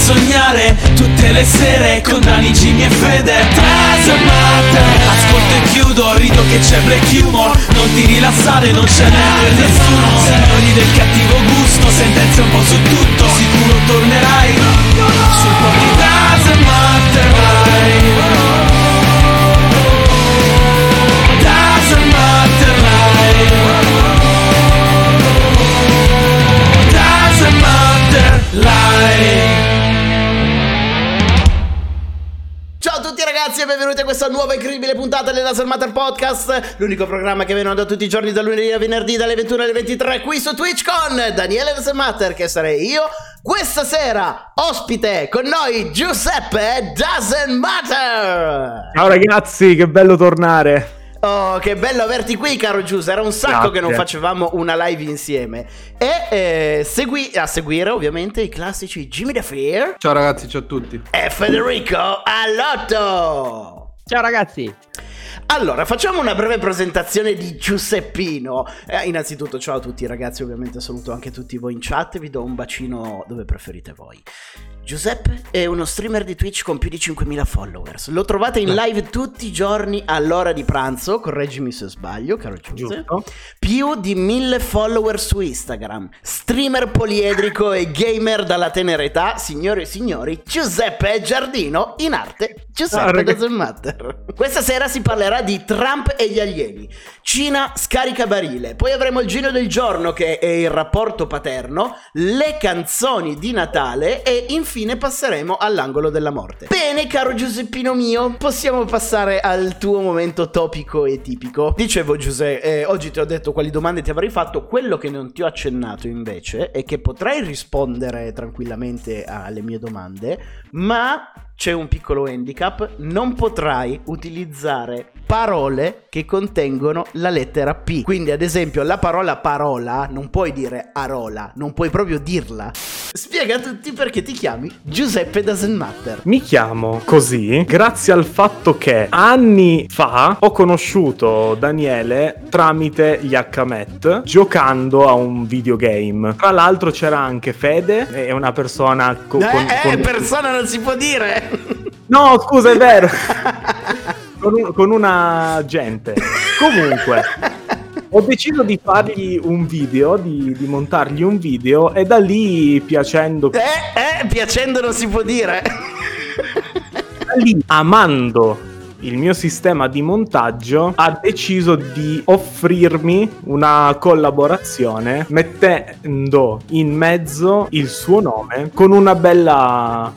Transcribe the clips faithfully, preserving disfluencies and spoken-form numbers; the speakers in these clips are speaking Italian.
sognare tutte le sere con Dani, Jimmy e Fede. Doesn't matter. Ascolto e chiudo, rido che c'è black humor. Non ti rilassare, non ce n'è per nessuno. Signori del cattivo gusto, sentenze un po' su tutto. Sicuro tornerai sul po' di Doesn't matter. Doesn't matter. Doesn't matter. Life. Ciao a tutti ragazzi e benvenuti a questa nuova incredibile puntata del Doesn't Matter Podcast, l'unico programma che viene onda tutti i giorni da lunedì a venerdì dalle ventuno alle ventitré qui su Twitch con Daniele Doesn't Matter, che sarei io. Questa sera ospite con noi Giuseppe Doesn't Matter. Ciao ragazzi, che bello tornare. Oh, che bello averti qui, caro Giuse. Era un sacco Grazie. che non facevamo una live insieme. E eh, segui- a seguire ovviamente i classici Jimmy the Fear. Ciao ragazzi, ciao a tutti. E Federico Allotto. Ciao ragazzi. Allora, facciamo una breve presentazione di Giuseppino. Eh, innanzitutto ciao a tutti ragazzi, ovviamente saluto anche tutti voi in chat e vi do un bacino dove preferite voi. Giuseppe è uno streamer di Twitch con più di cinquemila followers. Lo trovate in live tutti i giorni all'ora di pranzo, correggimi se sbaglio, caro Giuseppe. Giusto. Più di mille follower su Instagram. Streamer poliedrico e gamer dalla tenera età. Signore e signori, Giuseppe Giardino, in arte Giuseppe Ah, Doesn't Matter. Questa sera si parlerà di Trump e gli alieni. Cina scarica barile. Poi avremo il giro del giorno, che è il rapporto paterno, le canzoni di Natale e infine passeremo all'angolo della morte. Bene, caro Giuseppino mio, possiamo passare al tuo momento topico e tipico. Dicevo Giuseppe, eh, oggi ti ho detto quali domande ti avrei fatto. Quello che non ti ho accennato invece è che potrai rispondere tranquillamente alle mie domande, ma c'è un piccolo handicap: non potrai utilizzare parole che contengono la lettera P. Quindi ad esempio la parola parola non puoi dire arola, non puoi proprio dirla. Spiega a tutti perché ti chiami Giuseppe Doesn't Matter. Mi chiamo così grazie al fatto che anni fa ho conosciuto Daniele tramite gli H M E T giocando a un videogame. Tra l'altro c'era anche Fede, è una persona co- Eh, con, eh, con... persona non si può dire. No, scusa, è vero. con, un- con una gente. Comunque ho deciso di fargli un video, di, di montargli un video, e da lì piacendo Eh, eh, piacendo non si può dire. da lì, amando il mio sistema di montaggio, ha deciso di offrirmi una collaborazione mettendo in mezzo il suo nome con una bella...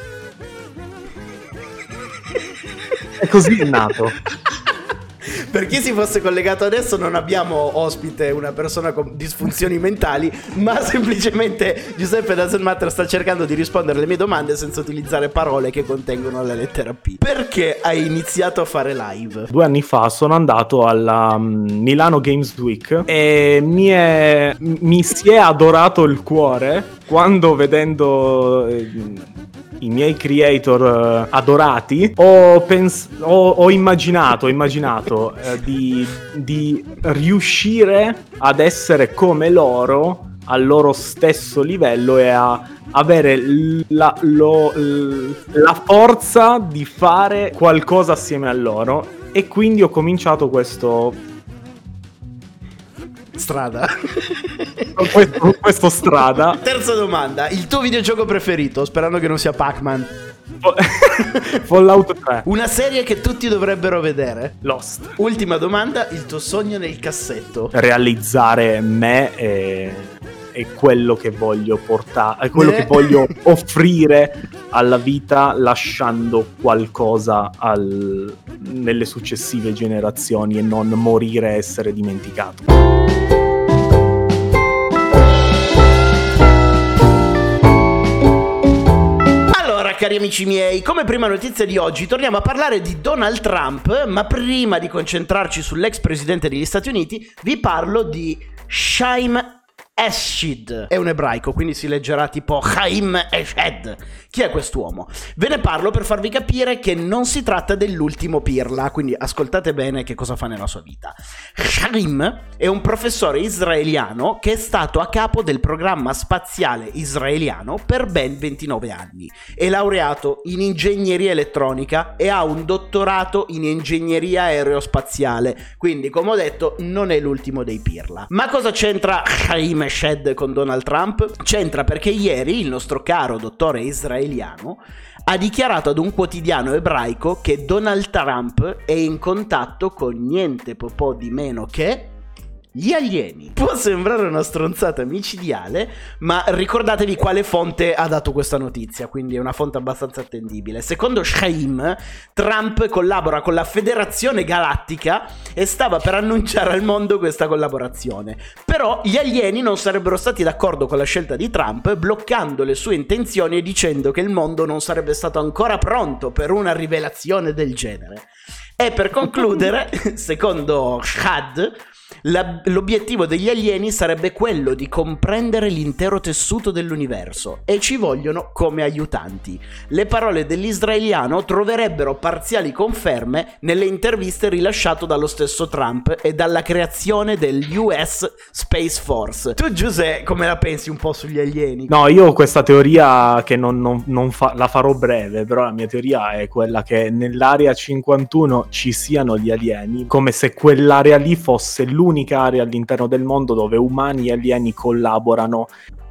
E così è nato. Per chi si fosse collegato adesso, non abbiamo ospite una persona con disfunzioni mentali, ma semplicemente Giuseppe Doesn't Matter sta cercando di rispondere alle mie domande senza utilizzare parole che contengono la lettera P. Perché hai iniziato a fare live? Due anni fa sono andato alla um, Milano Games Week e mi, è, mi si è adorato il cuore quando, vedendo eh, i miei creator eh, adorati, ho, pens- ho, ho immaginato, ho immaginato eh, di, di riuscire ad essere come loro, al loro stesso livello, e a avere la, lo, la forza di fare qualcosa assieme a loro. E quindi ho cominciato questo strada. questo, questo strada. Terza domanda: il tuo videogioco preferito? Sperando che non sia Pac-Man. Fallout tre. Una serie che tutti dovrebbero vedere? Lost. Ultima domanda: il tuo sogno nel cassetto? Realizzare me e, e quello che voglio portare, quello Eh. che voglio offrire alla vita, lasciando qualcosa al, nelle successive generazioni, e non morire e essere dimenticato. Cari amici miei, come prima notizia di oggi torniamo a parlare di Donald Trump, ma prima di concentrarci sull'ex presidente degli Stati Uniti vi parlo di Shyam Eshed, è un ebraico, quindi si leggerà tipo Chaim Eshed. Chi è quest'uomo? Ve ne parlo per farvi capire che non si tratta dell'ultimo pirla, quindi ascoltate bene che cosa fa nella sua vita. Chaim è un professore israeliano che è stato a capo del programma spaziale israeliano per ben ventinove anni. È laureato in ingegneria elettronica e ha un dottorato in ingegneria aerospaziale, quindi come ho detto non è l'ultimo dei pirla. Ma cosa c'entra Chaim Eshed con Donald Trump? C'entra perché ieri il nostro caro dottore israeliano ha dichiarato ad un quotidiano ebraico che Donald Trump è in contatto con niente po' po' di meno che gli alieni. Può sembrare una stronzata micidiale, ma ricordatevi quale fonte ha dato questa notizia, quindi è una fonte abbastanza attendibile. Secondo Chaim, Trump collabora con la Federazione Galattica e stava per annunciare al mondo questa collaborazione. Però gli alieni non sarebbero stati d'accordo con la scelta di Trump, bloccando le sue intenzioni e dicendo che il mondo non sarebbe stato ancora pronto per una rivelazione del genere. E per concludere, secondo Shad, La, l'obiettivo degli alieni sarebbe quello di comprendere l'intero tessuto dell'universo e ci vogliono come aiutanti. Le parole dell'israeliano troverebbero parziali conferme nelle interviste rilasciate dallo stesso Trump e dalla creazione dell'U S Space Force. Tu Giuseppe come la pensi un po' sugli alieni? No, io ho questa teoria che non, non, non fa, la farò breve, però la mia teoria è quella che nell'area cinquantuno ci siano gli alieni, come se quell'area lì fosse l'unica area all'interno del mondo dove umani e alieni collaborano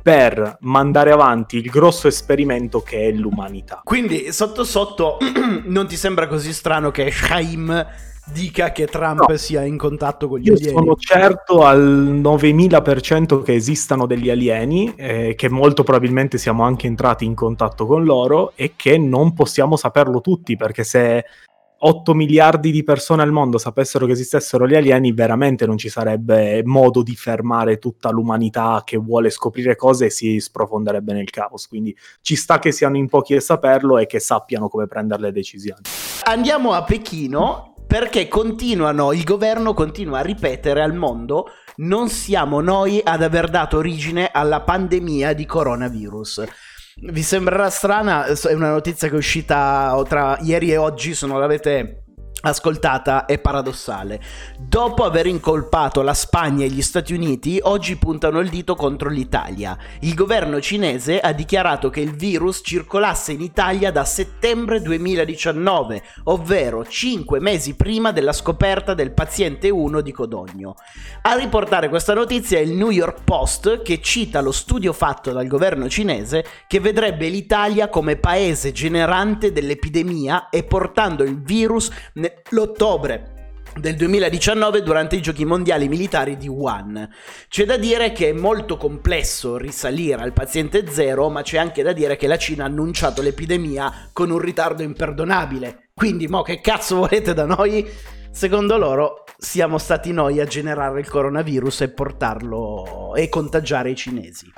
per mandare avanti il grosso esperimento che è l'umanità. Quindi sotto sotto non ti sembra così strano che Chaim dica che Trump no. sia in contatto con gli Io alieni? Sono certo al novemila per cento che esistano degli alieni, eh, che molto probabilmente siamo anche entrati in contatto con loro e che non possiamo saperlo tutti, perché se otto miliardi di persone al mondo sapessero che esistessero gli alieni, veramente non ci sarebbe modo di fermare tutta l'umanità che vuole scoprire cose e si sprofonderebbe nel caos. Quindi ci sta che siano in pochi a saperlo e che sappiano come prendere le decisioni. Andiamo a Pechino perché continuano, il governo continua a ripetere al mondo: non siamo noi ad aver dato origine alla pandemia di coronavirus. Vi sembrerà strana, è una notizia che è uscita tra ieri e oggi, se non l'avete ascoltata è paradossale. Dopo aver incolpato la Spagna e gli Stati Uniti, oggi puntano il dito contro l'Italia. Il governo cinese ha dichiarato che il virus circolasse in Italia da settembre duemiladiciannove, ovvero cinque mesi prima della scoperta del paziente uno di Codogno. A riportare questa notizia è il New York Post, che cita lo studio fatto dal governo cinese che vedrebbe l'Italia come paese generante dell'epidemia e portando il virus nell'ottobre del duemiladiciannove durante i giochi mondiali militari di Wuhan. C'è da dire che è molto complesso risalire al paziente zero, ma c'è anche da dire che la Cina ha annunciato l'epidemia con un ritardo imperdonabile. Quindi mo che cazzo volete da noi? Secondo loro siamo stati noi a generare il coronavirus e portarlo e contagiare i cinesi.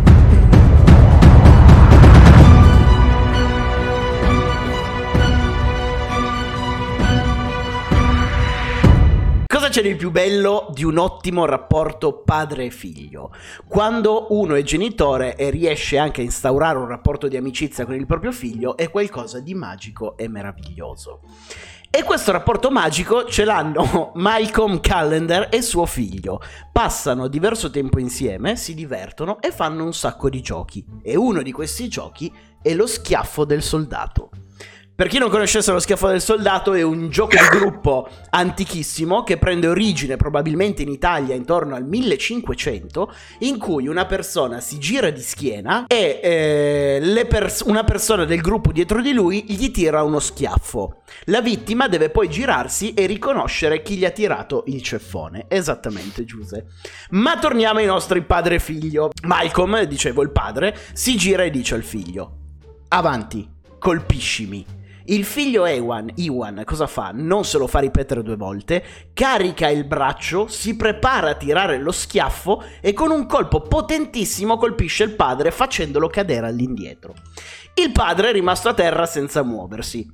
Cosa c'è di più bello di un ottimo rapporto padre e figlio? Quando uno è genitore e riesce anche a instaurare un rapporto di amicizia con il proprio figlio, è qualcosa di magico e meraviglioso. E questo rapporto magico ce l'hanno Malcolm Callender e suo figlio. Passano diverso tempo insieme, si divertono e fanno un sacco di giochi. E uno di questi giochi è lo schiaffo del soldato. Per chi non conoscesse lo schiaffo del soldato, è un gioco di gruppo antichissimo che prende origine probabilmente in Italia intorno al millecinquecento, in cui una persona si gira di schiena e eh, le pers- una persona del gruppo dietro di lui gli tira uno schiaffo. La vittima deve poi girarsi e riconoscere chi gli ha tirato il ceffone. Esattamente, Giuseppe. Ma torniamo ai nostri padre e figlio. Malcolm, dicevo il padre, si gira e dice al figlio: avanti, colpiscimi. Il figlio Ewan, Iwan, cosa fa? Non se lo fa ripetere due volte, carica il braccio, si prepara a tirare lo schiaffo e con un colpo potentissimo colpisce il padre facendolo cadere all'indietro. Il padre è rimasto a terra senza muoversi. Tutti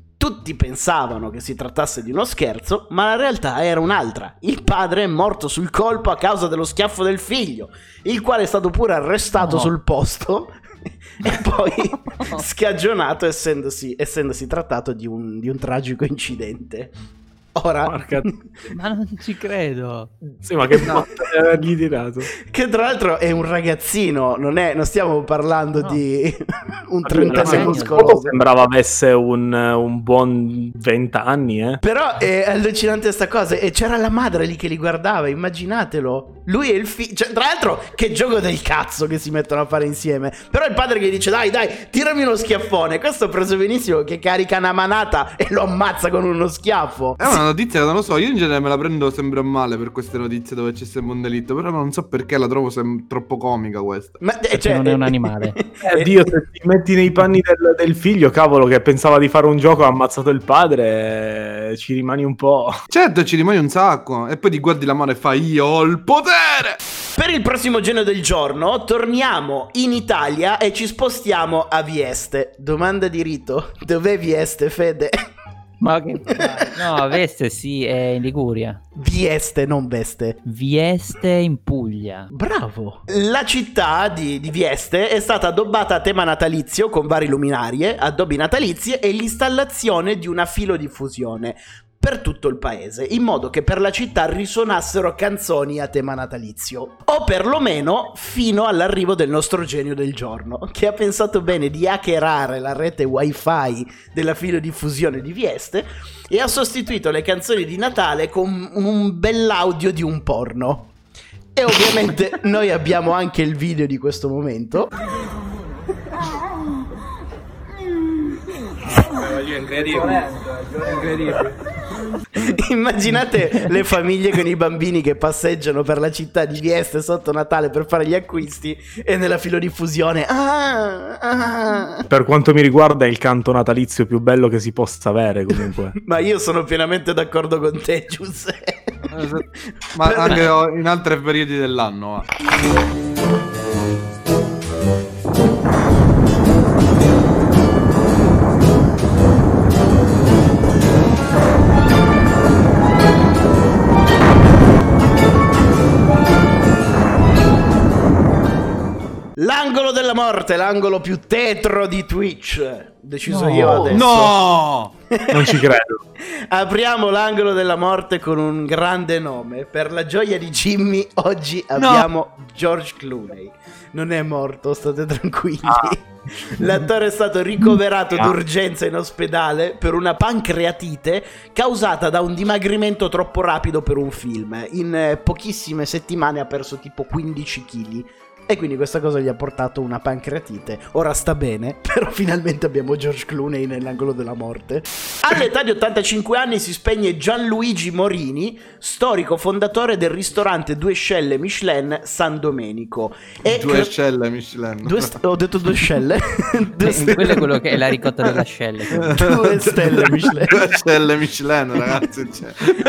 tutti pensavano che si trattasse di uno scherzo, ma la realtà era un'altra. Il padre è morto sul colpo a causa dello schiaffo del figlio, il quale è stato pure arrestato No. sul posto e poi scagionato essendosi, essendosi trattato di un, di un tragico incidente. Ora, Porca- Ma non ci credo. Sì, ma che botta di avergli tirato. che tra l'altro è un ragazzino, non, è, non stiamo parlando No. di un Ma trentasei no, muscoloso. sembrava avesse un, un buon vent'anni, eh. Però è allucinante sta cosa. E c'era la madre lì che li guardava, immaginatelo. Lui e il figlio, cioè, tra l'altro che gioco del cazzo che si mettono a fare insieme. Però il padre che gli dice dai dai tirami uno schiaffone. Questo ho preso benissimo che carica una manata e lo ammazza con uno schiaffo. È una notizia che non lo so, io in genere me la prendo sempre a male per queste notizie dove c'è sempre un delitto, però non so perché la trovo sem- troppo comica questa. Ma, eh, Perché non è un animale. Eh, Dio, se ti metti nei panni del, del figlio, cavolo, che pensava di fare un gioco, ha ammazzato il padre, eh, ci rimani un po'. Certo, ci rimane un sacco, e poi ti guardi la mano e fai io ho il potere! Per il prossimo genio del giorno torniamo in Italia e ci spostiamo a Vieste. Domanda di rito: dov'è Vieste, Fede? Ma che no, Veste sì, è in Liguria. Vieste, non Veste. Vieste in Puglia. Bravo. La città di, di Vieste è stata addobbata a tema natalizio con varie luminarie, addobbi natalizie e l'installazione di una filodiffusione per tutto il paese, in modo che per la città risuonassero canzoni a tema natalizio. O perlomeno fino all'arrivo del nostro genio del giorno, che ha pensato bene di hackerare la rete wifi della filodiffusione di Vieste e ha sostituito le canzoni di Natale con un bell'audio di un porno. E ovviamente noi abbiamo anche il video di questo momento. Immaginate le famiglie con i bambini che passeggiano per la città di Vieste sotto Natale per fare gli acquisti e nella filodiffusione ah, ah. Per quanto mi riguarda è il canto natalizio più bello che si possa avere, comunque. Ma io sono pienamente d'accordo con te, Giuseppe. Ma anche in altri periodi dell'anno, va. L'angolo della morte, l'angolo più tetro di Twitch. Deciso No. io adesso. No! Non ci credo. Apriamo l'angolo della morte con un grande nome. Per la gioia di Jimmy, oggi abbiamo George Clooney. Non è morto, state tranquilli. L'attore è stato ricoverato d'urgenza in ospedale per una pancreatite causata da un dimagrimento troppo rapido per un film. In eh, pochissime settimane ha perso tipo quindici chili. E quindi questa cosa gli ha portato una pancreatite. Ora sta bene, però finalmente abbiamo George Clooney nell'angolo della morte. All'età di ottantacinque anni si spegne Gianluigi Morini, storico fondatore del ristorante Due Scelle Michelin San Domenico. E Due cre- scelle Michelin. Due st- ho detto due scelle? Due, Eh, quello è quello che è la ricotta delle ascelle. due stelle Michelin. Due scelle Michelin, ragazzi. Cioè.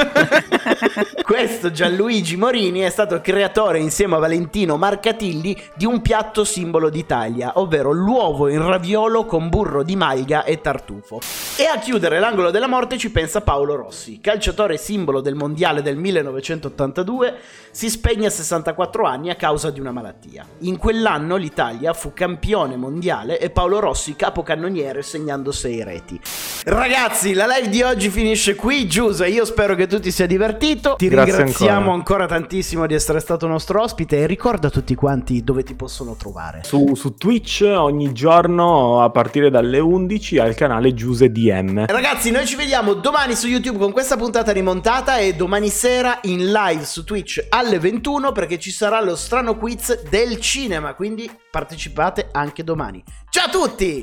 Questo Gianluigi Morini è stato creatore insieme a Valentino Marcatilli di un piatto simbolo d'Italia, ovvero l'uovo in raviolo con burro di malga e tartufo. E a chiudere l'angolo della morte ci pensa Paolo Rossi, calciatore simbolo del mondiale del millenovecentottantadue, si spegne a sessantaquattro anni a causa di una malattia. In quell'anno l'Italia fu campione mondiale e Paolo Rossi capocannoniere segnando sei reti. Ragazzi, la live di oggi finisce qui. Giuse, io spero che tu ti sia divertito. Ti Grazie ringraziamo ancora. ancora. tantissimo di essere stato nostro ospite e ricorda a tutti quanti dove ti possono trovare. Su, su Twitch ogni giorno a partire dalle undici al canale Giuse D M. Ragazzi, noi ci vediamo domani su YouTube con questa puntata rimontata e domani sera in live su Twitch alle ventuno perché ci sarà lo strano quiz del cinema, quindi partecipate anche domani. Ciao a tutti!